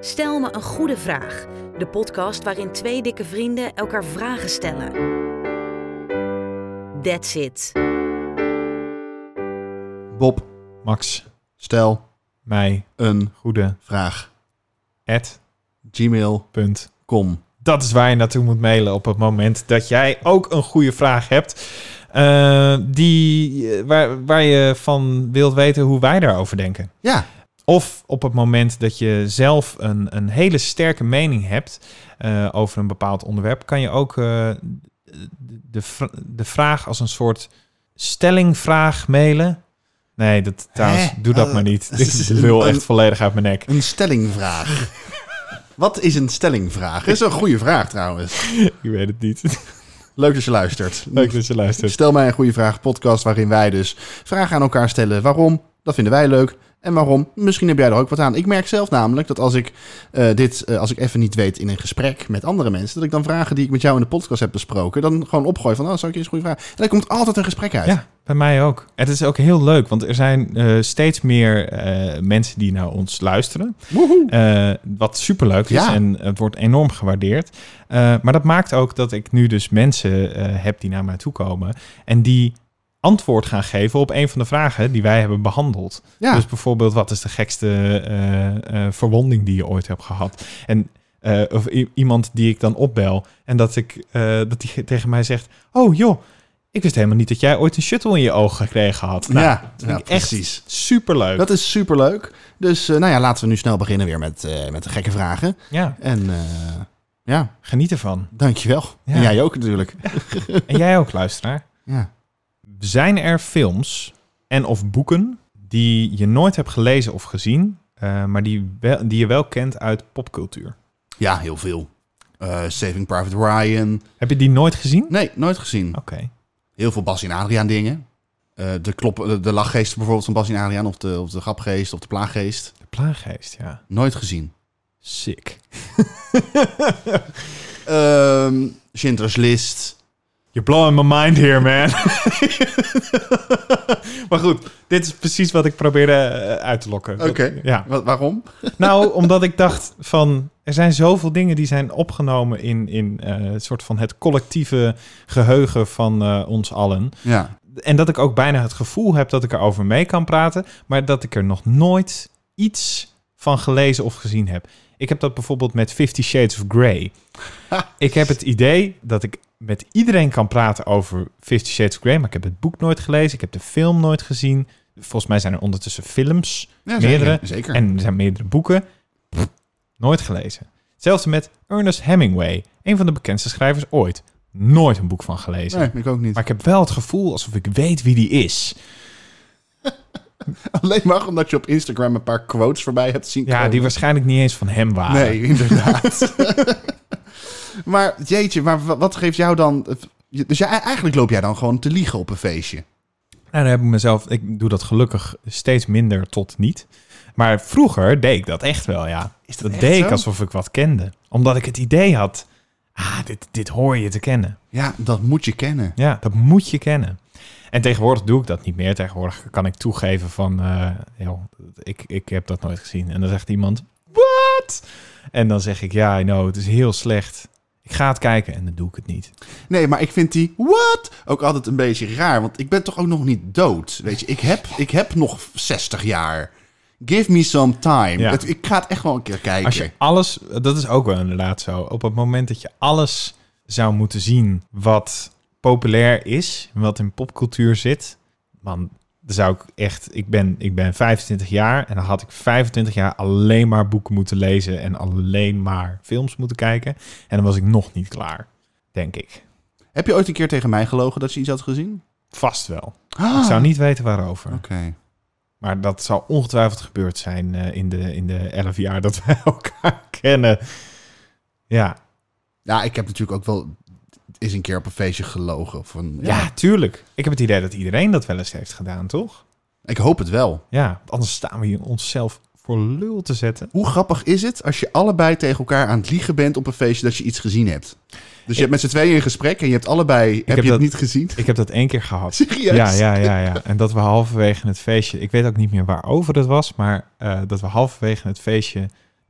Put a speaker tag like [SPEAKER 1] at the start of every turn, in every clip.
[SPEAKER 1] Stel me een goede vraag. De podcast waarin twee dikke vrienden elkaar vragen stellen. That's it.
[SPEAKER 2] Bob,
[SPEAKER 3] Max,
[SPEAKER 2] stel
[SPEAKER 3] mij,
[SPEAKER 2] een
[SPEAKER 3] goede,
[SPEAKER 2] vraag.
[SPEAKER 3] @gmail.com.
[SPEAKER 2] .com.
[SPEAKER 3] Dat is waar je naartoe moet mailen op het moment dat jij ook een goede vraag hebt. Waar je van wilt weten hoe wij daarover denken.
[SPEAKER 2] Ja,
[SPEAKER 3] Of op het moment dat je zelf een hele sterke mening hebt over een bepaald onderwerp, kan je ook de vraag als een soort stellingvraag mailen. Nee, doe dat maar niet.
[SPEAKER 2] dat
[SPEAKER 3] Ik
[SPEAKER 2] is
[SPEAKER 3] lul echt
[SPEAKER 2] een-
[SPEAKER 3] volledig uit mijn nek.
[SPEAKER 2] een stellingvraag. Wat is een stellingvraag? Dat is een goede vraag trouwens.
[SPEAKER 3] Ik weet het niet.
[SPEAKER 2] Leuk dat je luistert.
[SPEAKER 3] Leuk dat je luistert.
[SPEAKER 2] Stel mij een goede vraag podcast waarin wij dus vragen aan elkaar stellen. Waarom? Dat vinden wij leuk. En waarom? Misschien heb jij er ook wat aan. Ik merk zelf namelijk dat als ik als ik even niet weet in een gesprek met andere mensen, dat ik dan vragen die ik met jou in de podcast heb besproken, dan gewoon opgooi van, zou ik je eens een goede vraag? En dan komt altijd een gesprek uit.
[SPEAKER 3] Ja, bij mij ook. Het is ook heel leuk, want er zijn steeds meer mensen die naar ons luisteren.
[SPEAKER 2] Woehoe.
[SPEAKER 3] Wat superleuk is
[SPEAKER 2] Ja.
[SPEAKER 3] en het wordt enorm gewaardeerd. Maar dat maakt ook dat ik nu dus mensen heb die naar mij toe komen en die antwoord gaan geven op een van de vragen die wij hebben behandeld.
[SPEAKER 2] Ja.
[SPEAKER 3] Dus bijvoorbeeld, wat is de gekste verwonding die je ooit hebt gehad? En of iemand die ik dan opbel en dat die tegen mij zegt, oh joh, ik wist helemaal niet dat jij ooit een shuttle in je ogen gekregen had. Nou,
[SPEAKER 2] Ja,
[SPEAKER 3] dat vind ik echt
[SPEAKER 2] precies.
[SPEAKER 3] superleuk.
[SPEAKER 2] Dat is superleuk. Dus laten we nu snel beginnen weer met de gekke vragen.
[SPEAKER 3] Ja,
[SPEAKER 2] En ja,
[SPEAKER 3] geniet ervan.
[SPEAKER 2] dankjewel.
[SPEAKER 3] Ja.
[SPEAKER 2] En jij ook natuurlijk.
[SPEAKER 3] En jij ook, luisteraar.
[SPEAKER 2] Ja.
[SPEAKER 3] Zijn er films en of boeken die je nooit hebt gelezen of gezien, maar die je wel kent uit popcultuur?
[SPEAKER 2] Ja, heel veel. Saving Private Ryan.
[SPEAKER 3] Heb je die nooit gezien?
[SPEAKER 2] Nee, nooit gezien.
[SPEAKER 3] Oké.
[SPEAKER 2] Heel veel Bas en Adriaan dingen. De lachgeest bijvoorbeeld van Bas en Adriaan. Of de grapgeest of de plaaggeest.
[SPEAKER 3] De Plaaggeest, ja.
[SPEAKER 2] Nooit gezien.
[SPEAKER 3] Sick.
[SPEAKER 2] Schindler's List.
[SPEAKER 3] You're blowing my mind here, man. Maar goed, dit is precies wat ik probeerde uit te lokken.
[SPEAKER 2] Oké.
[SPEAKER 3] Ja.
[SPEAKER 2] Waarom?
[SPEAKER 3] Nou, omdat ik dacht van, er zijn zoveel dingen die zijn opgenomen in een soort van het collectieve geheugen van ons allen.
[SPEAKER 2] Ja.
[SPEAKER 3] En dat ik ook bijna het gevoel heb dat ik erover mee kan praten, maar dat ik er nog nooit iets van gelezen of gezien heb. Ik heb dat bijvoorbeeld met 50 Shades of Grey. Ik heb het idee dat ik met iedereen kan praten over 50 Shades of Grey, maar ik heb het boek nooit gelezen, ik heb de film nooit gezien. Volgens mij zijn er ondertussen films,
[SPEAKER 2] Ja,
[SPEAKER 3] meerdere,
[SPEAKER 2] zeker.
[SPEAKER 3] en er zijn meerdere boeken. Nooit gelezen. Hetzelfde met Ernest Hemingway, een van de bekendste schrijvers ooit. Nooit een boek van gelezen.
[SPEAKER 2] Nee, ik ook niet.
[SPEAKER 3] Maar ik heb wel het gevoel alsof ik weet wie die is.
[SPEAKER 2] Alleen maar omdat je op Instagram een paar quotes voorbij hebt zien
[SPEAKER 3] Ja,
[SPEAKER 2] komen.
[SPEAKER 3] die waarschijnlijk niet eens van hem waren.
[SPEAKER 2] Nee, inderdaad. Maar jeetje, wat geeft jou dan... Dus eigenlijk loop jij dan gewoon te liegen op een feestje.
[SPEAKER 3] Nou, dan heb ik mezelf... Ik doe dat gelukkig steeds minder tot niet. Maar vroeger deed ik dat echt wel, ja.
[SPEAKER 2] Is
[SPEAKER 3] Dat
[SPEAKER 2] echt
[SPEAKER 3] deed ik
[SPEAKER 2] zo?
[SPEAKER 3] alsof ik wat kende. Omdat ik het idee had... dit hoor je te kennen.
[SPEAKER 2] Ja, dat moet je kennen.
[SPEAKER 3] Ja, dat moet je kennen. En tegenwoordig doe ik dat niet meer. Tegenwoordig kan ik toegeven van... ik heb dat nooit gezien. En dan zegt iemand... Wat? En dan zeg ik... Ja, I know, het is heel slecht. Ik ga het kijken en dan doe ik het niet.
[SPEAKER 2] Nee, maar ik vind die what ook altijd een beetje raar. Want ik ben toch ook nog niet dood. Weet je, ik heb nog 60 jaar. Give me some time.
[SPEAKER 3] Ja.
[SPEAKER 2] Ik ga het echt wel een keer kijken.
[SPEAKER 3] Als je alles... Dat is ook wel inderdaad zo. Op het moment dat je alles zou moeten zien wat populair is, wat in popcultuur zit, man, dan zou ik echt... Ik ben 25 jaar en dan had ik 25 jaar alleen maar boeken moeten lezen en alleen maar films moeten kijken. En dan was ik nog niet klaar, denk ik.
[SPEAKER 2] Heb je ooit een keer tegen mij gelogen dat je iets had gezien?
[SPEAKER 3] Vast wel.
[SPEAKER 2] Ah.
[SPEAKER 3] Ik zou niet weten waarover.
[SPEAKER 2] Oké.
[SPEAKER 3] Maar dat zal ongetwijfeld gebeurd zijn in de 11 jaar dat wij elkaar kennen. Ja.
[SPEAKER 2] Ja, ik heb natuurlijk ook wel eens een keer op een feestje gelogen.
[SPEAKER 3] Ja, tuurlijk. Ik heb het idee dat iedereen dat wel eens heeft gedaan, toch?
[SPEAKER 2] Ik hoop het wel.
[SPEAKER 3] Ja, anders staan we hier onszelf voor lul te zetten.
[SPEAKER 2] Hoe grappig is het als je allebei tegen elkaar aan het liegen bent op een feestje dat je iets gezien hebt? Dus je hebt met z'n tweeën een gesprek en je hebt allebei... Heb je het niet gezien?
[SPEAKER 3] Ik heb dat 1 keer gehad.
[SPEAKER 2] Serieus?
[SPEAKER 3] Ja. En dat we halverwege het feestje... Ik weet ook niet meer waarover het was, maar dat we halverwege het feestje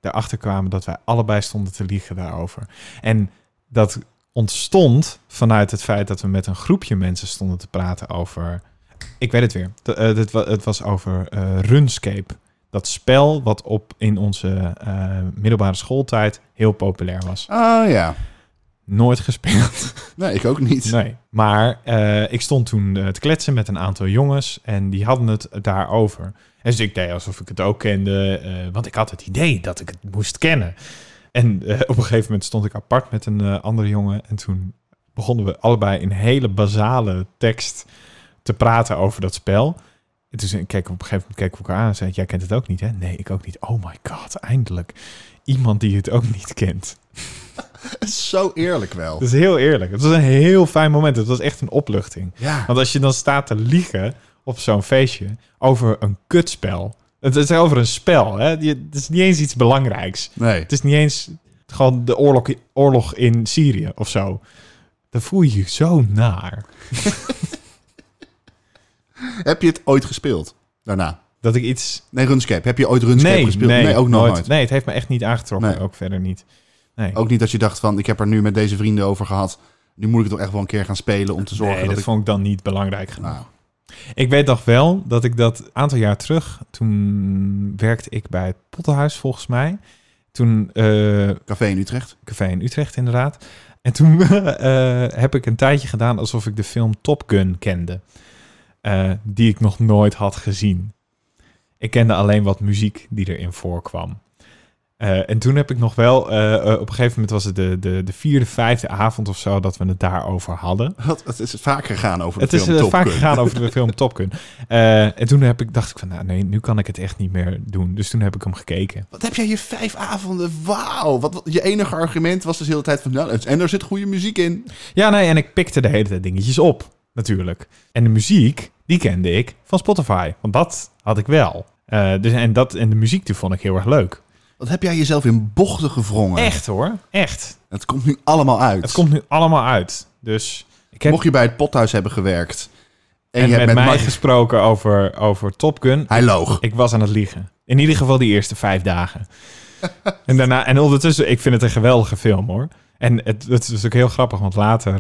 [SPEAKER 3] erachter kwamen dat wij allebei stonden te liegen daarover. En dat ontstond vanuit het feit dat we met een groepje mensen stonden te praten over... Ik weet het weer. Het was over RuneScape. Dat spel wat in onze middelbare schooltijd heel populair was.
[SPEAKER 2] Oh ja.
[SPEAKER 3] Nooit gespeeld.
[SPEAKER 2] Nee, ik ook niet.
[SPEAKER 3] Nee, maar ik stond toen te kletsen met een aantal jongens en die hadden het daarover. En dus ik deed alsof ik het ook kende, want ik had het idee dat ik het moest kennen. En op een gegeven moment stond ik apart met een andere jongen en toen begonnen we allebei in hele basale tekst te praten over dat spel. En toen op een gegeven moment keken we elkaar aan en zei: jij kent het ook niet, hè? Nee, ik ook niet. Oh my god, eindelijk. Iemand die het ook niet kent.
[SPEAKER 2] Het is zo eerlijk wel.
[SPEAKER 3] Dat is heel eerlijk. Het was een heel fijn moment. Het was echt een opluchting.
[SPEAKER 2] Ja.
[SPEAKER 3] Want als je dan staat te liegen op zo'n feestje over een kutspel. Het is over een spel. Hè? Het is niet eens iets belangrijks.
[SPEAKER 2] Nee.
[SPEAKER 3] Het is niet eens gewoon de oorlog in Syrië of zo. Dan voel je je zo naar.
[SPEAKER 2] Heb je het ooit gespeeld daarna?
[SPEAKER 3] Dat ik iets...
[SPEAKER 2] Nee, RuneScape. Heb je ooit RuneScape gespeeld? Nee, ook nog nooit.
[SPEAKER 3] Nee, het heeft me echt niet aangetrokken.
[SPEAKER 2] Nee.
[SPEAKER 3] Ook verder niet. Nee.
[SPEAKER 2] Ook niet dat je dacht van, ik heb er nu met deze vrienden over gehad. Nu moet ik het toch echt wel een keer gaan spelen om te zorgen
[SPEAKER 3] Nee,
[SPEAKER 2] dat
[SPEAKER 3] dat vond ik dan niet belangrijk genoeg.
[SPEAKER 2] Nou,
[SPEAKER 3] Ik weet nog wel dat ik dat aantal jaar terug... Toen werkte ik bij het Pottenhuis, volgens mij. Toen...
[SPEAKER 2] Café in Utrecht.
[SPEAKER 3] Café in Utrecht, inderdaad. En toen heb ik een tijdje gedaan alsof ik de film Top Gun kende. Die ik nog nooit had gezien. Ik kende alleen wat muziek die erin voorkwam. En toen heb ik nog wel... op een gegeven moment was het de 4e, 5e avond of zo... dat we het daarover hadden.
[SPEAKER 2] Het is vaak gegaan over de
[SPEAKER 3] Het
[SPEAKER 2] film
[SPEAKER 3] is
[SPEAKER 2] Top
[SPEAKER 3] vaak
[SPEAKER 2] Gun.
[SPEAKER 3] gegaan over de film Top Gun. En toen dacht ik van... Nou, nee, nu kan ik het echt niet meer doen. Dus toen heb ik hem gekeken.
[SPEAKER 2] Wat heb jij je 5 avonden? Wauw. Wat je enige argument was dus de hele tijd van... Nou, en er zit goede muziek in.
[SPEAKER 3] Ja, nee, en ik pikte de hele tijd dingetjes op, natuurlijk. En de muziek, die kende ik van Spotify. Want dat had ik wel. En de muziek, die vond ik heel erg leuk.
[SPEAKER 2] Wat heb jij jezelf in bochten gewrongen?
[SPEAKER 3] Echt hoor, echt.
[SPEAKER 2] Het komt nu allemaal uit.
[SPEAKER 3] Het komt nu allemaal uit. Dus ik heb...
[SPEAKER 2] Mocht je bij het Pothuis hebben gewerkt...
[SPEAKER 3] En
[SPEAKER 2] je hebt
[SPEAKER 3] met mij
[SPEAKER 2] Mark
[SPEAKER 3] gesproken over Top Gun.
[SPEAKER 2] Hij loog.
[SPEAKER 3] Ik was aan het liegen. In ieder geval die eerste 5 dagen. En daarna, en ondertussen, ik vind het een geweldige film hoor. En het is ook heel grappig, want later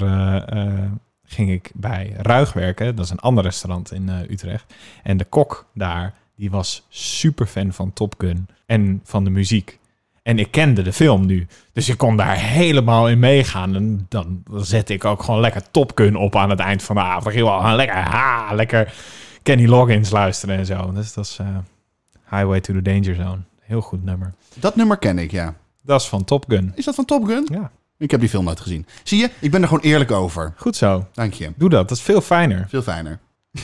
[SPEAKER 3] ging ik bij Ruig werken. Dat is een ander restaurant in Utrecht. En de kok daar, die was super fan van Top Gun en van de muziek. En ik kende de film nu. Dus ik kon daar helemaal in meegaan. En dan zette ik ook gewoon lekker Top Gun op aan het eind van de avond. Gewoon lekker Kenny Loggins luisteren en zo. Dus dat is Highway to the Danger Zone. Heel goed nummer.
[SPEAKER 2] Dat nummer ken ik, ja.
[SPEAKER 3] Dat is van Top Gun.
[SPEAKER 2] Is dat van Top Gun?
[SPEAKER 3] Ja.
[SPEAKER 2] Ik heb die film nooit gezien. Zie je? Ik ben er gewoon eerlijk over.
[SPEAKER 3] Goed zo.
[SPEAKER 2] Dank je.
[SPEAKER 3] Doe dat. Dat is veel fijner.
[SPEAKER 2] Veel fijner.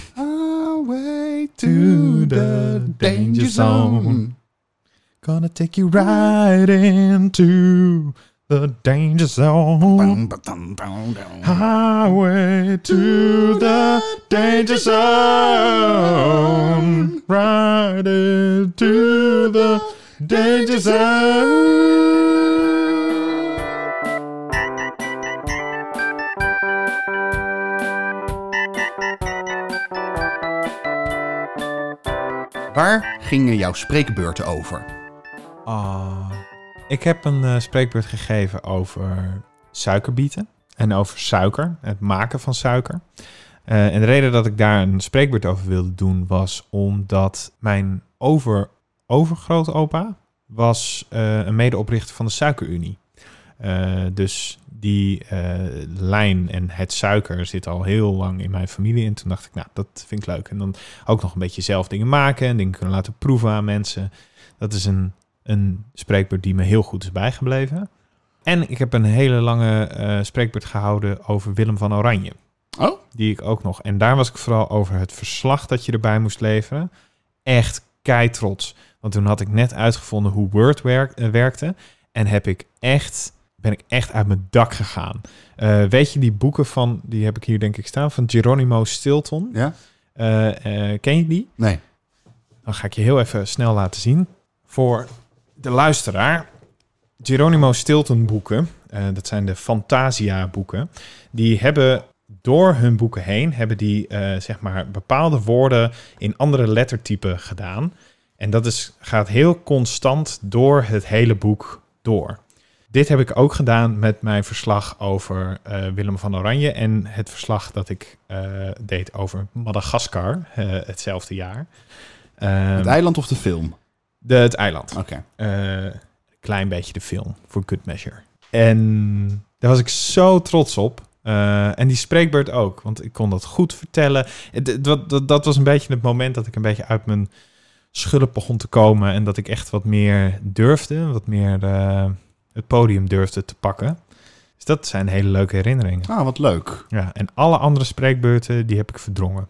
[SPEAKER 2] Highway to the danger zone.
[SPEAKER 3] Gonna take you right into the danger zone. Highway to the danger zone. Right into the danger zone.
[SPEAKER 2] Waar gingen jouw spreekbeurten over?
[SPEAKER 3] Ik heb een spreekbeurt gegeven over suikerbieten en over suiker, het maken van suiker. En de reden dat ik daar een spreekbeurt over wilde doen was omdat mijn overgrootopa was een medeoprichter van de Suikerunie. Dus die lijn en het suiker zit al heel lang in mijn familie. En toen dacht ik, nou, dat vind ik leuk. En dan ook nog een beetje zelf dingen maken en dingen kunnen laten proeven aan mensen. Dat is een spreekbeurt die me heel goed is bijgebleven. En ik heb een hele lange spreekbeurt gehouden over Willem van Oranje.
[SPEAKER 2] Oh?
[SPEAKER 3] Die ik ook nog. En daar was ik vooral over het verslag dat je erbij moest leveren. Echt keitrots. Want toen had ik net uitgevonden hoe Word werkte. En ben ik echt uit mijn dak gegaan. Weet je die boeken van, die heb ik hier denk ik staan, van Geronimo Stilton?
[SPEAKER 2] Ja?
[SPEAKER 3] Ken je die?
[SPEAKER 2] Nee.
[SPEAKER 3] Dan ga ik je heel even snel laten zien. Voor de luisteraar. Geronimo Stilton boeken, dat zijn de Fantasia boeken. Die hebben door hun boeken heen, zeg maar bepaalde woorden in andere lettertypen gedaan. En dat gaat heel constant door het hele boek door. Dit heb ik ook gedaan met mijn verslag over Willem van Oranje en het verslag dat ik deed over Madagaskar hetzelfde jaar.
[SPEAKER 2] Het eiland of de film?
[SPEAKER 3] Het eiland.
[SPEAKER 2] Oké.
[SPEAKER 3] Een klein beetje de film, voor good measure. En daar was ik zo trots op. En die spreekbeurt ook, want ik kon dat goed vertellen. Dat was een beetje het moment dat ik een beetje uit mijn schulp begon te komen en dat ik echt wat meer durfde, wat meer het podium durfde te pakken. Dus dat zijn hele leuke herinneringen.
[SPEAKER 2] Ah, wat leuk.
[SPEAKER 3] Ja, en alle andere spreekbeurten, die heb ik verdrongen.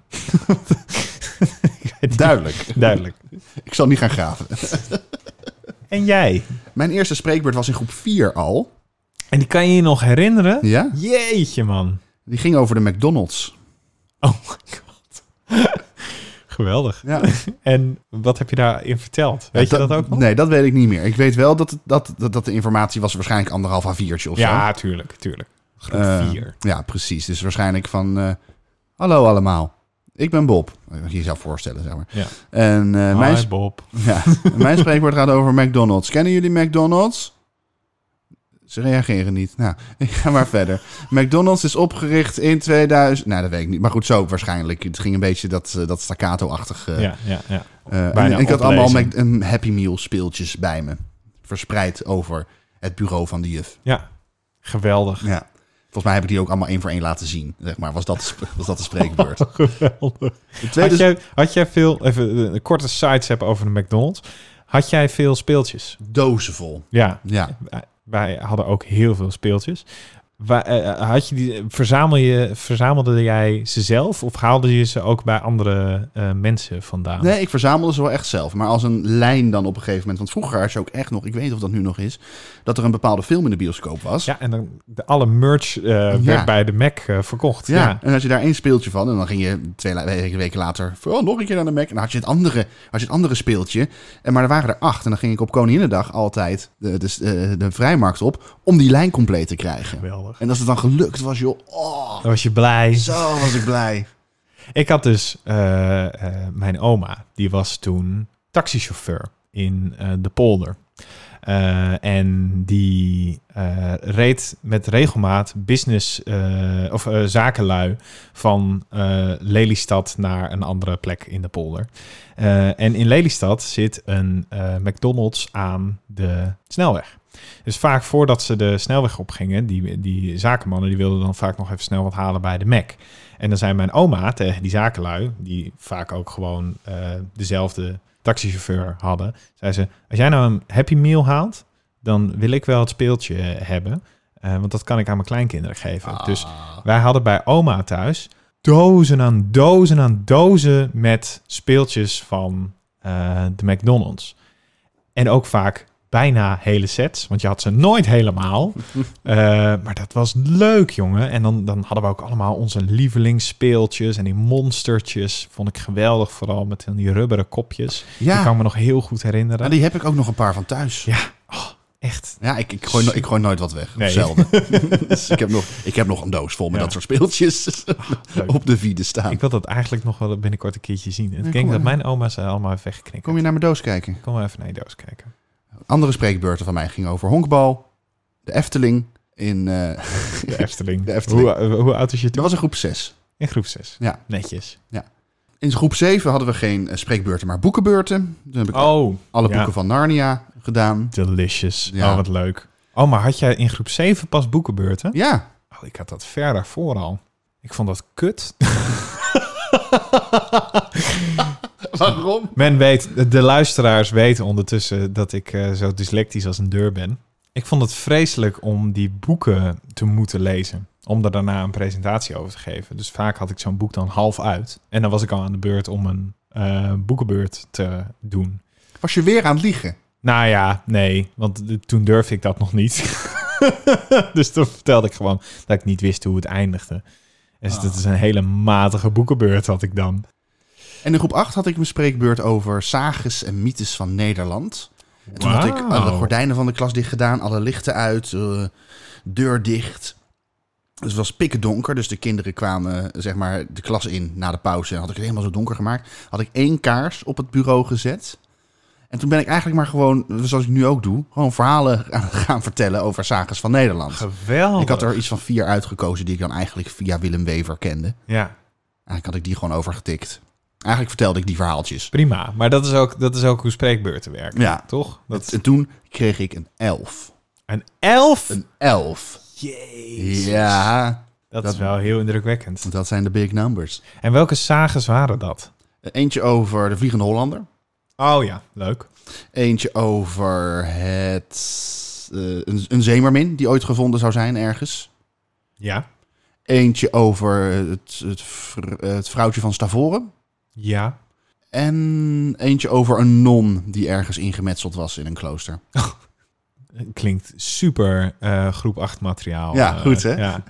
[SPEAKER 3] Duidelijk.
[SPEAKER 2] Ik zal niet gaan graven.
[SPEAKER 3] En jij?
[SPEAKER 2] Mijn eerste spreekbeurt was in groep 4 al.
[SPEAKER 3] En die kan je je nog herinneren?
[SPEAKER 2] Ja?
[SPEAKER 3] Jeetje, man.
[SPEAKER 2] Die ging over de McDonald's.
[SPEAKER 3] Oh my god. Geweldig.
[SPEAKER 2] Ja.
[SPEAKER 3] En wat heb je daarin verteld? Weet je dat ook nog?
[SPEAKER 2] Nee, dat weet ik niet meer. Ik weet wel dat de informatie was waarschijnlijk 1,5 A4'tje of zo.
[SPEAKER 3] Ja, tuurlijk. Groep 4.
[SPEAKER 2] Ja, precies. Dus waarschijnlijk van... hallo allemaal. Ik ben Bob. Wat je jezelf voorstellen, zeg maar.
[SPEAKER 3] Ja.
[SPEAKER 2] En
[SPEAKER 3] Hi, Bob.
[SPEAKER 2] Ja, mijn spreekwoord gaat over McDonald's. Kennen jullie McDonald's? Ze reageren niet. Nou, ik ga maar verder. McDonald's is opgericht in 2000... Nou, dat weet ik niet. Maar goed, zo waarschijnlijk. Het ging een beetje dat staccato-achtig...
[SPEAKER 3] Ja.
[SPEAKER 2] En ik had allemaal Happy Meal speeltjes bij me. Verspreid over het bureau van de juf.
[SPEAKER 3] Ja, geweldig.
[SPEAKER 2] Ja. Volgens mij heb ik die ook allemaal 1 voor 1 laten zien. Zeg maar, was dat de spreekbeurt.
[SPEAKER 3] Geweldig. Had jij veel... Even een korte sidestep over de McDonald's. Had jij veel speeltjes?
[SPEAKER 2] Dozen vol.
[SPEAKER 3] Ja.
[SPEAKER 2] Ja.
[SPEAKER 3] Wij hadden ook heel veel speeltjes. Verzamelde jij ze zelf of haalde je ze ook bij andere mensen vandaan?
[SPEAKER 2] Nee, ik verzamelde ze wel echt zelf. Maar als een lijn dan op een gegeven moment. Want vroeger had je ook echt nog, ik weet niet of dat nu nog is, dat er een bepaalde film in de bioscoop was.
[SPEAKER 3] Ja, en dan alle merch werd bij de Mac verkocht.
[SPEAKER 2] Ja, en had je daar 1 speeltje van. En dan ging je 2 weken later nog een keer naar de Mac. En dan had je het andere speeltje. Maar er waren er 8. En dan ging ik op Koninginnedag altijd de vrijmarkt op om die lijn compleet te krijgen.
[SPEAKER 3] Geweldig.
[SPEAKER 2] En als het dan gelukt was, joh. Oh,
[SPEAKER 3] dan was je blij.
[SPEAKER 2] Zo was ik blij.
[SPEAKER 3] Ik had dus mijn oma, die was toen taxichauffeur in de polder. En die reed met regelmaat zakenlui van Lelystad naar een andere plek in de polder. En in Lelystad zit een McDonald's aan de snelweg. Dus vaak voordat ze de snelweg opgingen, die zakenmannen, die wilden dan vaak nog even snel wat halen bij de Mac. En dan zei mijn oma tegen die zakenlui, die vaak ook gewoon dezelfde taxichauffeur hadden, zei ze, als jij nou een Happy Meal haalt, dan wil ik wel het speeltje hebben, want dat kan ik aan mijn kleinkinderen geven. Dus wij hadden bij oma thuis dozen aan dozen met speeltjes van de McDonald's. En ook vaak bijna hele sets, want je had ze nooit helemaal. Maar dat was leuk, jongen. En dan hadden we ook allemaal onze lievelingsspeeltjes en die monstertjes. Vond ik geweldig, vooral met die rubberen kopjes.
[SPEAKER 2] Ja.
[SPEAKER 3] Die kan me nog heel goed herinneren.
[SPEAKER 2] Ja, die heb ik ook nog een paar van thuis.
[SPEAKER 3] Ja, echt.
[SPEAKER 2] Ja, ik gooi nooit wat weg.
[SPEAKER 3] Nee.
[SPEAKER 2] Zelden. Dus ik heb nog een doos vol met dat soort speeltjes op de vide staan.
[SPEAKER 3] Ik wil dat eigenlijk nog wel binnenkort een keertje zien. Ik denk dat mijn oma ze allemaal heeft weggeknikt.
[SPEAKER 2] Kom je naar mijn doos kijken?
[SPEAKER 3] Kom maar even naar je doos kijken.
[SPEAKER 2] Andere spreekbeurten van mij gingen over honkbal, de Efteling.
[SPEAKER 3] De Efteling.
[SPEAKER 2] De Efteling.
[SPEAKER 3] Hoe oud was je toen?
[SPEAKER 2] Dat was in groep 6.
[SPEAKER 3] In groep 6.
[SPEAKER 2] Ja.
[SPEAKER 3] Netjes.
[SPEAKER 2] Ja. In groep 7 hadden we geen spreekbeurten, maar boekenbeurten. Toen heb ik alle boeken van Narnia gedaan.
[SPEAKER 3] Delicious.
[SPEAKER 2] Ja.
[SPEAKER 3] Oh, wat leuk. Oh, maar had jij in groep 7 pas boekenbeurten?
[SPEAKER 2] Ja.
[SPEAKER 3] Oh, ik had dat ver daarvoor al. Ik vond dat kut.
[SPEAKER 2] Waarom?
[SPEAKER 3] Men weet, de luisteraars weten ondertussen dat ik zo dyslectisch als een deur ben. Ik vond het vreselijk om die boeken te moeten lezen. Om er daarna een presentatie over te geven. Dus vaak had ik zo'n boek dan half uit. En dan was ik al aan de beurt om een boekenbeurt te doen.
[SPEAKER 2] Was je weer aan het liegen?
[SPEAKER 3] Nou ja, nee. Want toen durfde ik dat nog niet. Dus toen vertelde ik gewoon dat ik niet wist hoe het eindigde. Dus dat is een hele matige boekenbeurt had ik dan.
[SPEAKER 2] En in groep 8 had ik mijn spreekbeurt over sages en mythes van Nederland. En toen had ik alle gordijnen van de klas dicht gedaan, alle lichten uit, deur dicht. Dus het was pikken donker, dus de kinderen kwamen zeg maar de klas in na de pauze. En had ik het helemaal zo donker gemaakt. Had ik 1 kaars op het bureau gezet. En toen ben ik eigenlijk maar gewoon, zoals ik nu ook doe, gewoon verhalen gaan vertellen over sagas van Nederland.
[SPEAKER 3] Geweldig.
[SPEAKER 2] Ik had er iets van 4 uitgekozen die ik dan eigenlijk via Willem Wever kende.
[SPEAKER 3] Ja,
[SPEAKER 2] Eigenlijk had ik die gewoon overgetikt. Eigenlijk vertelde ik die verhaaltjes.
[SPEAKER 3] prima. Maar dat is ook hoe spreekbeurten werken,
[SPEAKER 2] Ja.
[SPEAKER 3] toch?
[SPEAKER 2] En toen kreeg ik een 11.
[SPEAKER 3] Een 11?
[SPEAKER 2] Een 11.
[SPEAKER 3] Jezus.
[SPEAKER 2] Ja,
[SPEAKER 3] Dat is wel heel indrukwekkend.
[SPEAKER 2] want dat zijn de big numbers.
[SPEAKER 3] En welke sagas waren dat?
[SPEAKER 2] Eentje over de Vliegende Hollander.
[SPEAKER 3] Oh ja, leuk.
[SPEAKER 2] Eentje over een zeemermin die ooit gevonden zou zijn ergens.
[SPEAKER 3] Ja.
[SPEAKER 2] Eentje over het vrouwtje van Stavoren.
[SPEAKER 3] Ja.
[SPEAKER 2] En eentje over een non die ergens ingemetseld was in een klooster.
[SPEAKER 3] Klinkt super groep 8 materiaal.
[SPEAKER 2] Ja, goed hè?
[SPEAKER 3] Ja.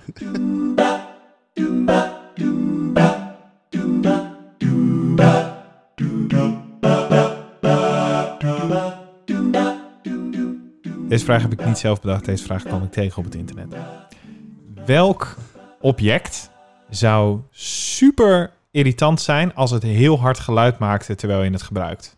[SPEAKER 3] Deze vraag heb ik niet zelf bedacht. Deze vraag kwam ik tegen op het internet. Welk object zou super irritant zijn als het heel hard geluid maakte terwijl je het gebruikt?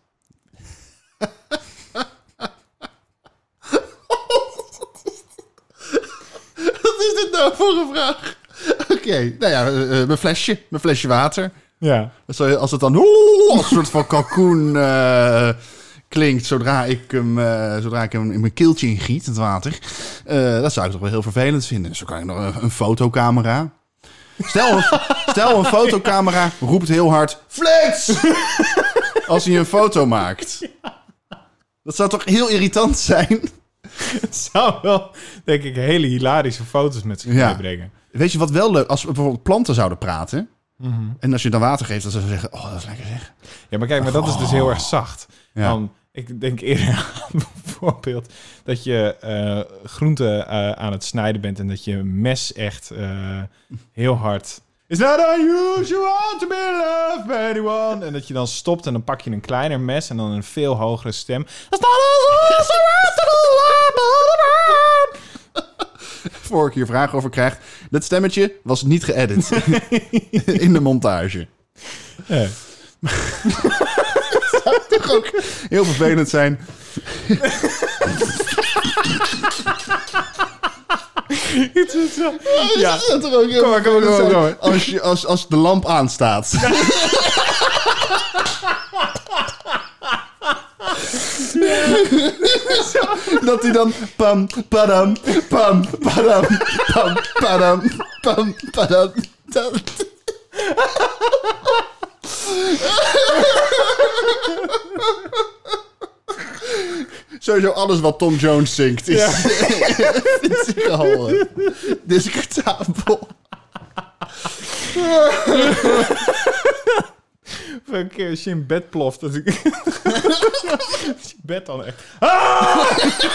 [SPEAKER 2] Wat is dit nou voor een vraag? Oké, nou ja, mijn flesje water.
[SPEAKER 3] Ja.
[SPEAKER 2] Als het dan als een soort van kalkoen klinkt zodra ik hem in mijn keeltje ingiet, het water. Dat zou ik toch wel heel vervelend vinden. Dus dan kan ik nog een fotocamera. Stel een fotocamera roept heel hard Flits! Als hij een foto maakt. Dat zou toch heel irritant zijn?
[SPEAKER 3] Het zou wel, denk ik, hele hilarische foto's met zich meebrengen.
[SPEAKER 2] Weet je wat wel leuk? Als we bijvoorbeeld planten zouden praten. En als je dan water geeft, dan zouden ze zeggen, oh, dat is lekker zeg.
[SPEAKER 3] Ja, maar kijk, maar dat is dus heel erg zacht.
[SPEAKER 2] Ja.
[SPEAKER 3] Dan, ik denk eerder aan bijvoorbeeld dat je groenten aan het snijden bent en dat je mes echt heel hard... It's not unusual to be loved by anyone. En dat je dan stopt en dan pak je een kleiner mes en dan een veel hogere stem. It's not unusual to be loved by anyone.
[SPEAKER 2] Voor ik hier vragen over krijg. Dat stemmetje was niet geëdit in de montage.
[SPEAKER 3] Ja.
[SPEAKER 2] Het zou toch ook heel vervelend zijn.
[SPEAKER 3] Ja.
[SPEAKER 2] Dat zou toch ook heel vervelend zijn als de lamp aanstaat. Dat hij dan pam, padam, pam, padam, pam, padam, pam, padam. Sowieso alles wat Tom Jones zingt is, vind ik al discutabel.
[SPEAKER 3] Een keer als je in bed ploft. Dat ik... als je bed dan echt... Ah!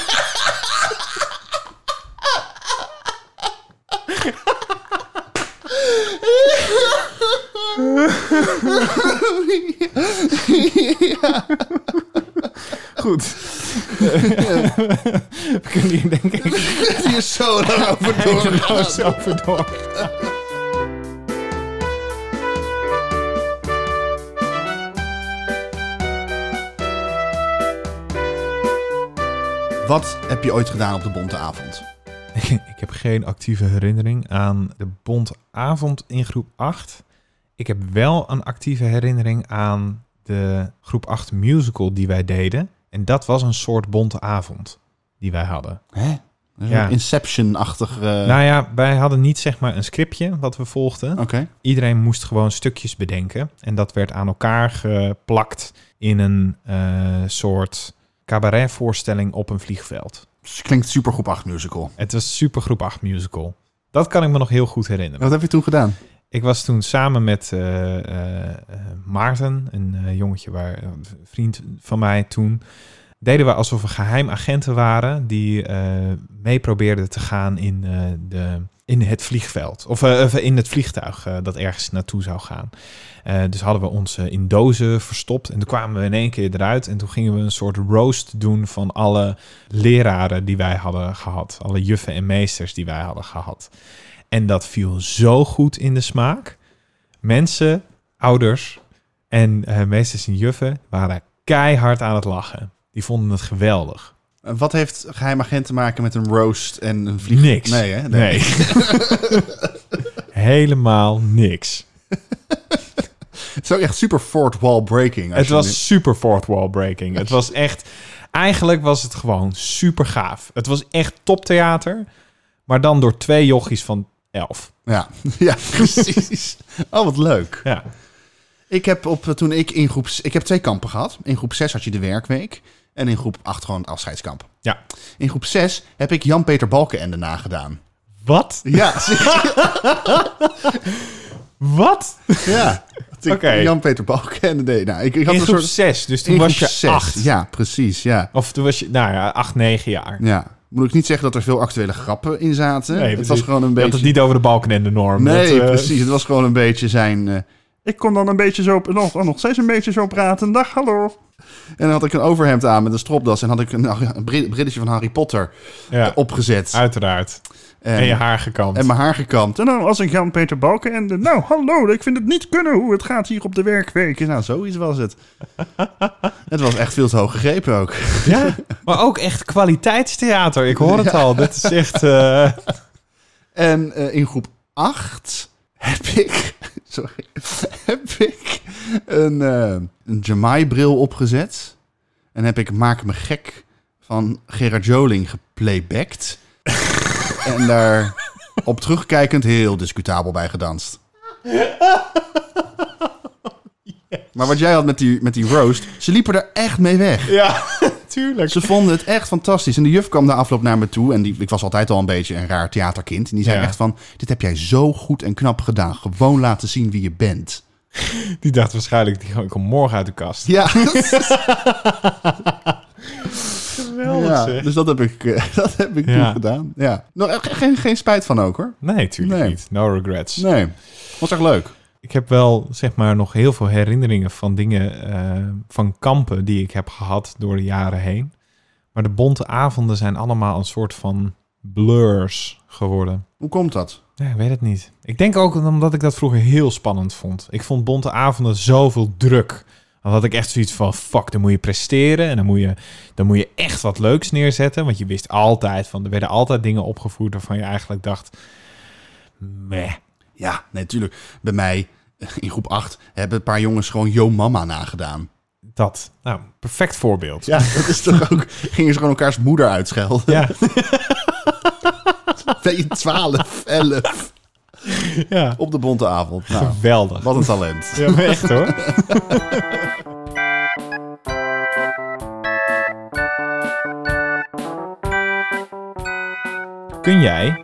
[SPEAKER 2] Ja.
[SPEAKER 3] Goed. We kunnen hier denk ik...
[SPEAKER 2] Die is zo lang over door. Wat heb je ooit gedaan op de Bonte Avond?
[SPEAKER 3] Ik heb geen actieve herinnering aan de Bonte Avond in groep 8. Ik heb wel een actieve herinnering aan de groep 8 musical die wij deden. En dat was een soort Bonte Avond die wij hadden.
[SPEAKER 2] Hè?
[SPEAKER 3] Ja.
[SPEAKER 2] Inception-achtig...
[SPEAKER 3] Nou ja, wij hadden niet zeg maar een scriptje wat we volgden.
[SPEAKER 2] Oké.
[SPEAKER 3] Iedereen moest gewoon stukjes bedenken. En dat werd aan elkaar geplakt in een soort cabaretvoorstelling op een vliegveld.
[SPEAKER 2] Dus klinkt super groep 8 musical.
[SPEAKER 3] Het was super groep 8 musical. Dat kan ik me nog heel goed herinneren.
[SPEAKER 2] Wat heb je toen gedaan?
[SPEAKER 3] Ik was toen samen met Maarten, een jongetje, een vriend van mij toen, deden we alsof we geheim agenten waren die mee probeerden te gaan in het vliegveld. Of in het vliegtuig dat ergens naartoe zou gaan. Dus hadden we ons in dozen verstopt. En toen kwamen we in één keer eruit. En toen gingen we een soort roast doen van alle leraren die wij hadden gehad. Alle juffen en meesters die wij hadden gehad. En dat viel zo goed in de smaak. Mensen, ouders en meesters en juffen waren keihard aan het lachen. Die vonden het geweldig.
[SPEAKER 2] Wat heeft Geheim Agent te maken met een roast en een vlieg?
[SPEAKER 3] Niks.
[SPEAKER 2] Nee, hè?
[SPEAKER 3] Nee. Helemaal niks.
[SPEAKER 2] Het is ook echt super fourth wall breaking.
[SPEAKER 3] Het was super fourth wall breaking. Het was echt... Eigenlijk was het gewoon super gaaf. Het was echt toptheater. Maar dan door 2 jochies van 11.
[SPEAKER 2] Ja, ja, precies. Oh, wat leuk.
[SPEAKER 3] Ja.
[SPEAKER 2] Ik heb ik heb 2 kampen gehad. In groep 6 had je de werkweek. En in groep 8 gewoon het afscheidskamp.
[SPEAKER 3] Ja.
[SPEAKER 2] In groep 6 heb ik Jan-Peter Balkenende nagedaan.
[SPEAKER 3] Wat?
[SPEAKER 2] Ja.
[SPEAKER 3] Wat?
[SPEAKER 2] Ja.
[SPEAKER 3] Oké.
[SPEAKER 2] Jan-Peter Balkenende deed. Nou, ik had
[SPEAKER 3] In
[SPEAKER 2] een
[SPEAKER 3] groep
[SPEAKER 2] soort...
[SPEAKER 3] 6, dus toen
[SPEAKER 2] in
[SPEAKER 3] was
[SPEAKER 2] groep
[SPEAKER 3] je
[SPEAKER 2] 6.
[SPEAKER 3] 8.
[SPEAKER 2] Ja, precies. Ja.
[SPEAKER 3] Of toen was je, 8, 9 jaar.
[SPEAKER 2] Ja. Moet ik niet zeggen dat er veel actuele grappen in zaten.
[SPEAKER 3] Nee,
[SPEAKER 2] het was gewoon een
[SPEAKER 3] Je
[SPEAKER 2] beetje...
[SPEAKER 3] had het niet over de Balkenende-norm.
[SPEAKER 2] Nee, precies. Het was gewoon een beetje zijn... ik kon dan een beetje zo... Nog steeds een beetje zo praten. Dag, hallo. En dan had ik een overhemd aan met een stropdas. En had ik een brilletje van Harry Potter opgezet.
[SPEAKER 3] Uiteraard. En je haar gekamd.
[SPEAKER 2] En mijn haar gekamd. En dan was ik Jan-Peter Balkenende. Nou, hallo, ik vind het niet kunnen hoe het gaat hier op de werkweek. Nou, zoiets was het. Het was echt veel te hoog gegrepen ook.
[SPEAKER 3] Ja, maar ook echt kwaliteitstheater. Ik hoor het al. Dit is echt...
[SPEAKER 2] En in groep 8 heb ik... Sorry. Heb ik een Jamai-bril opgezet. En heb ik Maak me gek van Gerard Joling geplaybacked. En daar op terugkijkend heel discutabel bij gedanst. Maar wat jij had met die roast, ze liepen er echt mee weg.
[SPEAKER 3] Ja, tuurlijk.
[SPEAKER 2] Ze vonden het echt fantastisch. En de juf kwam na afloop naar me toe. En ik was altijd al een beetje een raar theaterkind. En die zei echt van, dit heb jij zo goed en knap gedaan. Gewoon laten zien wie je bent.
[SPEAKER 3] Die dacht waarschijnlijk, ik kom morgen uit de kast.
[SPEAKER 2] Ja.
[SPEAKER 3] Geweldig,
[SPEAKER 2] Ja,
[SPEAKER 3] zeg.
[SPEAKER 2] dus dat heb ik toen gedaan. Ja. Geen spijt van ook, hoor.
[SPEAKER 3] Nee, tuurlijk
[SPEAKER 2] Nee.
[SPEAKER 3] niet. No regrets.
[SPEAKER 2] Nee, was echt leuk.
[SPEAKER 3] Ik heb wel, zeg maar, nog heel veel herinneringen van dingen, van kampen die ik heb gehad door de jaren heen. Maar de bonte avonden zijn allemaal een soort van blurs geworden.
[SPEAKER 2] Hoe komt dat?
[SPEAKER 3] Ja, ik weet het niet. Ik denk ook omdat ik dat vroeger heel spannend vond. Ik vond bonte avonden zoveel druk. Dan had ik echt zoiets van, fuck, dan moet je presteren. En dan moet je echt wat leuks neerzetten. Want je wist altijd van, er werden altijd dingen opgevoerd waarvan je eigenlijk dacht, meh.
[SPEAKER 2] Ja, nee, natuurlijk. Bij mij in groep 8 hebben een paar jongens gewoon Yo Mama nagedaan.
[SPEAKER 3] Dat, nou, perfect voorbeeld.
[SPEAKER 2] Ja, dat is toch ook... Gingen ze gewoon elkaars moeder uitschelden.
[SPEAKER 3] Ja.
[SPEAKER 2] Ben je 12, 11
[SPEAKER 3] Ja.
[SPEAKER 2] op de bonte avond. Nou,
[SPEAKER 3] Geweldig.
[SPEAKER 2] wat een talent.
[SPEAKER 3] Ja, maar echt hoor. Kun jij...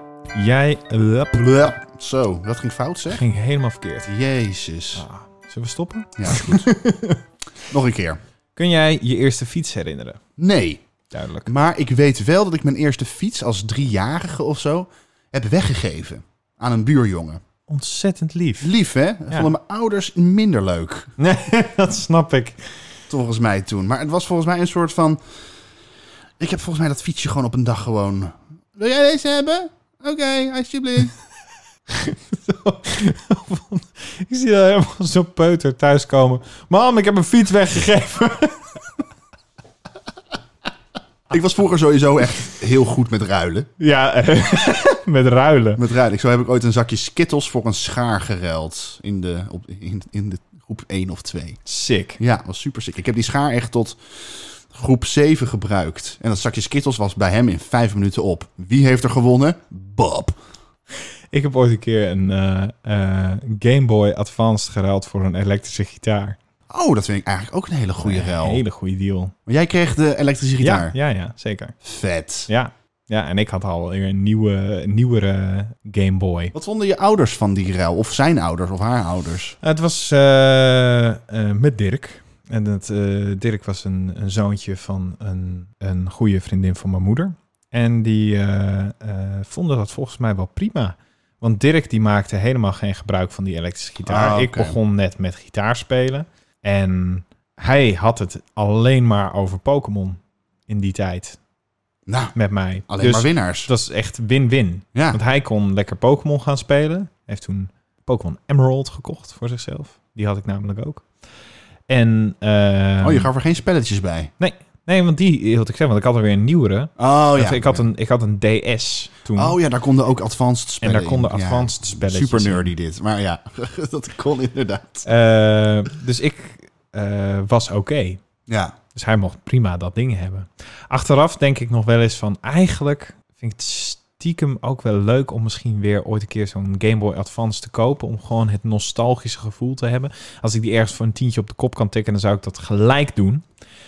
[SPEAKER 2] Zo, dat ging fout, zeg.
[SPEAKER 3] Ging helemaal verkeerd.
[SPEAKER 2] Jezus.
[SPEAKER 3] Ah, zullen we stoppen?
[SPEAKER 2] Ja, is goed. Nog een keer.
[SPEAKER 3] Kun jij je eerste fiets herinneren?
[SPEAKER 2] Nee.
[SPEAKER 3] Duidelijk.
[SPEAKER 2] Maar ik weet wel dat ik mijn eerste fiets als 3-jarige of zo heb weggegeven aan een buurjongen.
[SPEAKER 3] Ontzettend lief.
[SPEAKER 2] Lief, hè? Vonden mijn ouders minder leuk.
[SPEAKER 3] Nee, dat snap ik.
[SPEAKER 2] Volgens mij toen. Maar het was volgens mij een soort van... Ik heb volgens mij dat fietsje gewoon op een dag gewoon... Wil jij deze hebben? Oké, alsjeblieft.
[SPEAKER 3] Ik zie dat helemaal zo'n peuter thuiskomen. Mam, ik heb een fiets weggegeven.
[SPEAKER 2] Ik was vroeger sowieso echt heel goed met ruilen.
[SPEAKER 3] Ja, met ruilen.
[SPEAKER 2] Met ruilen. Zo heb ik ooit een zakje Skittles voor een schaar geruild. In de groep 1 of 2.
[SPEAKER 3] Sick.
[SPEAKER 2] Ja, was super sick. Ik heb die schaar echt tot groep 7 gebruikt. En dat zakje Skittles was bij hem in 5 minuten op. Wie heeft er gewonnen? Bob.
[SPEAKER 3] Ik heb ooit een keer een Game Boy Advanced geruild voor een elektrische gitaar.
[SPEAKER 2] Oh, dat vind ik eigenlijk ook een hele goede ruil.
[SPEAKER 3] Een hele goede deal.
[SPEAKER 2] Maar jij kreeg de elektrische gitaar.
[SPEAKER 3] Ja, zeker.
[SPEAKER 2] Vet.
[SPEAKER 3] Ja, en ik had al weer een nieuwere Game Boy.
[SPEAKER 2] Wat vonden je ouders van die ruil? Of zijn ouders of haar ouders?
[SPEAKER 3] Het was met Dirk. En Dirk was een zoontje van een goede vriendin van mijn moeder. En die vonden dat volgens mij wel prima. Want Dirk die maakte helemaal geen gebruik van die elektrische gitaar.
[SPEAKER 2] Okay.
[SPEAKER 3] Ik begon net met gitaar spelen. En hij had het alleen maar over Pokémon in die tijd.
[SPEAKER 2] Nou,
[SPEAKER 3] met mij.
[SPEAKER 2] Alleen maar winnaars.
[SPEAKER 3] Dat is echt win-win.
[SPEAKER 2] Ja.
[SPEAKER 3] Want hij kon lekker Pokémon gaan spelen. Hij heeft toen Pokémon Emerald gekocht voor zichzelf. Die had ik namelijk ook. En,
[SPEAKER 2] je gaf er geen spelletjes bij?
[SPEAKER 3] Nee, want die hield ik zeggen, want ik had er weer een nieuwere.
[SPEAKER 2] Oh ja.
[SPEAKER 3] Ik had een DS toen.
[SPEAKER 2] Oh ja, daar konden ook advanced spellen
[SPEAKER 3] en daar konden
[SPEAKER 2] in.
[SPEAKER 3] advanced spelletjes
[SPEAKER 2] Super
[SPEAKER 3] in.
[SPEAKER 2] nerdy dit. Maar ja, dat kon inderdaad.
[SPEAKER 3] Dus ik was oké.
[SPEAKER 2] Ja.
[SPEAKER 3] Dus hij mocht prima dat ding hebben. Achteraf denk ik nog wel eens van... Eigenlijk vind ik het stiekem ook wel leuk... om misschien weer ooit een keer zo'n Game Boy Advance te kopen... om gewoon het nostalgische gevoel te hebben. Als ik die ergens voor een tientje op de kop kan tikken... dan zou ik dat gelijk doen.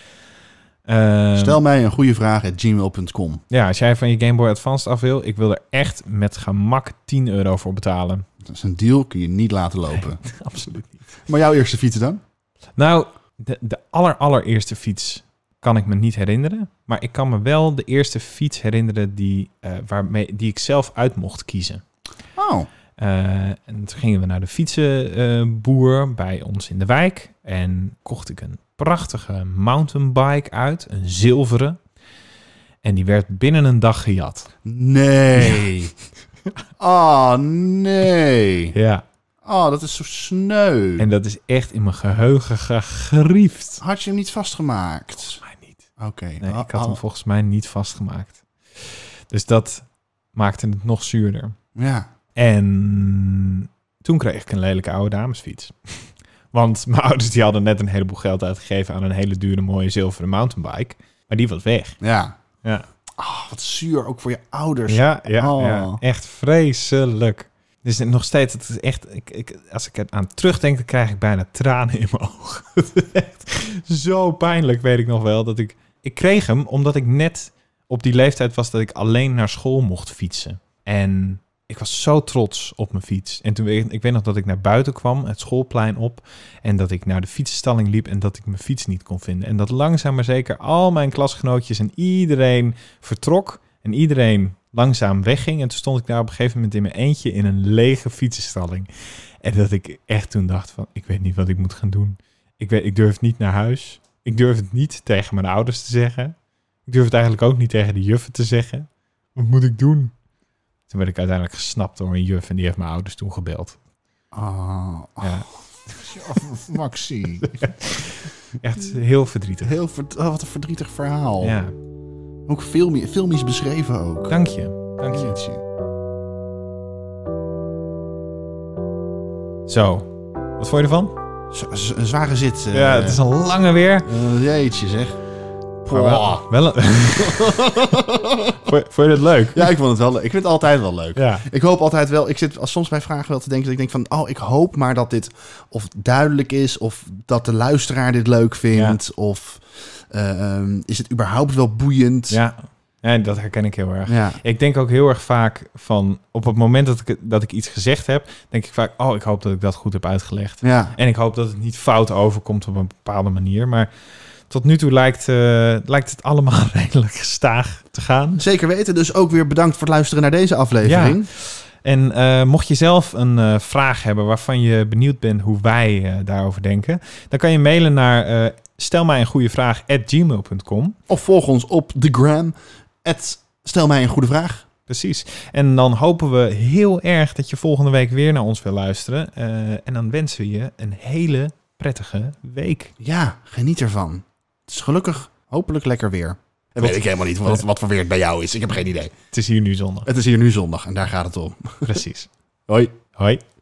[SPEAKER 2] Stel mij een goede vraag @gmail.com.
[SPEAKER 3] Ja, als jij van je Game Boy Advance af wil... ik wil er echt met gemak €10 voor betalen.
[SPEAKER 2] Dat is een deal, kun je niet laten lopen.
[SPEAKER 3] Nee, absoluut niet.
[SPEAKER 2] Maar jouw eerste fiets dan?
[SPEAKER 3] Nou, de allereerste fiets kan ik me niet herinneren. Maar ik kan me wel de eerste fiets herinneren die ik zelf uit mocht kiezen.
[SPEAKER 2] Oh.
[SPEAKER 3] En toen gingen we naar de fietsenboer bij ons in de wijk. En kocht ik een prachtige mountainbike uit, een zilveren. En die werd binnen een dag gejat.
[SPEAKER 2] Nee. Oh, nee.
[SPEAKER 3] Ja.
[SPEAKER 2] Oh, dat is zo sneu.
[SPEAKER 3] En dat is echt in mijn geheugen gegriefd.
[SPEAKER 2] Had je hem niet vastgemaakt?
[SPEAKER 3] Volgens mij niet.
[SPEAKER 2] Oké.
[SPEAKER 3] Nee, ik had hem volgens mij niet vastgemaakt. Dus dat maakte het nog zuurder.
[SPEAKER 2] Ja.
[SPEAKER 3] En toen kreeg ik een lelijke oude damesfiets. Want mijn ouders die hadden net een heleboel geld uitgegeven... aan een hele dure mooie zilveren mountainbike. Maar die was weg.
[SPEAKER 2] Ja.
[SPEAKER 3] Ja.
[SPEAKER 2] Oh, wat zuur, ook voor je ouders.
[SPEAKER 3] Ja,
[SPEAKER 2] Oh.
[SPEAKER 3] ja, echt vreselijk. Dus nog steeds, het is echt... als ik er aan terugdenk, dan krijg ik bijna tranen in mijn ogen. Het is echt zo pijnlijk, weet ik nog wel. Dat ik kreeg hem omdat ik net op die leeftijd was... dat ik alleen naar school mocht fietsen. En ik was zo trots op mijn fiets. En toen ik weet nog dat ik naar buiten kwam, het schoolplein op... en dat ik naar de fietsenstalling liep en dat ik mijn fiets niet kon vinden. En dat langzaam maar zeker al mijn klasgenootjes en iedereen vertrok... en iedereen langzaam wegging. En toen stond ik daar op een gegeven moment in mijn eentje... in een lege fietsenstalling. En dat ik echt toen dacht van, ik weet niet wat ik moet gaan doen. Ik durf niet naar huis. Ik durf het niet tegen mijn ouders te zeggen. Ik durf het eigenlijk ook niet tegen de juffen te zeggen. Wat moet ik doen? Toen werd ik uiteindelijk gesnapt door een juf en die heeft mijn ouders toen gebeld.
[SPEAKER 2] Oh,
[SPEAKER 3] Ja.
[SPEAKER 2] Maxie.
[SPEAKER 3] Echt heel verdrietig.
[SPEAKER 2] Wat een verdrietig verhaal.
[SPEAKER 3] Ja,
[SPEAKER 2] Ook filmisch beschreven ook.
[SPEAKER 3] dank je. Dank je.
[SPEAKER 2] Jeetje.
[SPEAKER 3] Zo, wat vond je ervan?
[SPEAKER 2] Een zware zit.
[SPEAKER 3] Ja, het is een lange weer.
[SPEAKER 2] Jeetje zeg.
[SPEAKER 3] Maar wel een... vond je het leuk?
[SPEAKER 2] Ja, ik vond het wel leuk. Ik vind het altijd wel leuk.
[SPEAKER 3] Ja.
[SPEAKER 2] Ik hoop altijd wel... Ik zit soms bij vragen wel te denken... dat ik denk van... ik hoop maar dat dit of duidelijk is... of dat de luisteraar dit leuk vindt...
[SPEAKER 3] Ja.
[SPEAKER 2] of is het überhaupt wel boeiend?
[SPEAKER 3] Ja, dat herken ik heel erg.
[SPEAKER 2] Ja.
[SPEAKER 3] Ik denk ook heel erg vaak van... op het moment dat ik iets gezegd heb... denk ik vaak, ik hoop dat ik dat goed heb uitgelegd.
[SPEAKER 2] Ja.
[SPEAKER 3] En ik hoop dat het niet fout overkomt op een bepaalde manier. Maar tot nu toe lijkt het allemaal redelijk gestaag te gaan.
[SPEAKER 2] Zeker weten. Dus ook weer bedankt voor het luisteren naar deze aflevering.
[SPEAKER 3] Ja. En mocht je zelf een vraag hebben waarvan je benieuwd bent hoe wij daarover denken... dan kan je mailen naar stelmijeengoedevraag@gmail.com.
[SPEAKER 2] Of volg ons op de gram. Stel mij een goede vraag.
[SPEAKER 3] Precies. En dan hopen we heel erg dat je volgende week weer naar ons wil luisteren. En dan wensen we je een hele prettige week.
[SPEAKER 2] Ja, geniet ervan. Het is gelukkig hopelijk lekker weer. Dat weet ik helemaal niet wat voor weer het bij jou is. Ik heb geen idee.
[SPEAKER 3] Het is hier nu zondag.
[SPEAKER 2] Het is hier nu zondag en daar gaat het om.
[SPEAKER 3] Precies.
[SPEAKER 2] Hoi.
[SPEAKER 3] Hoi.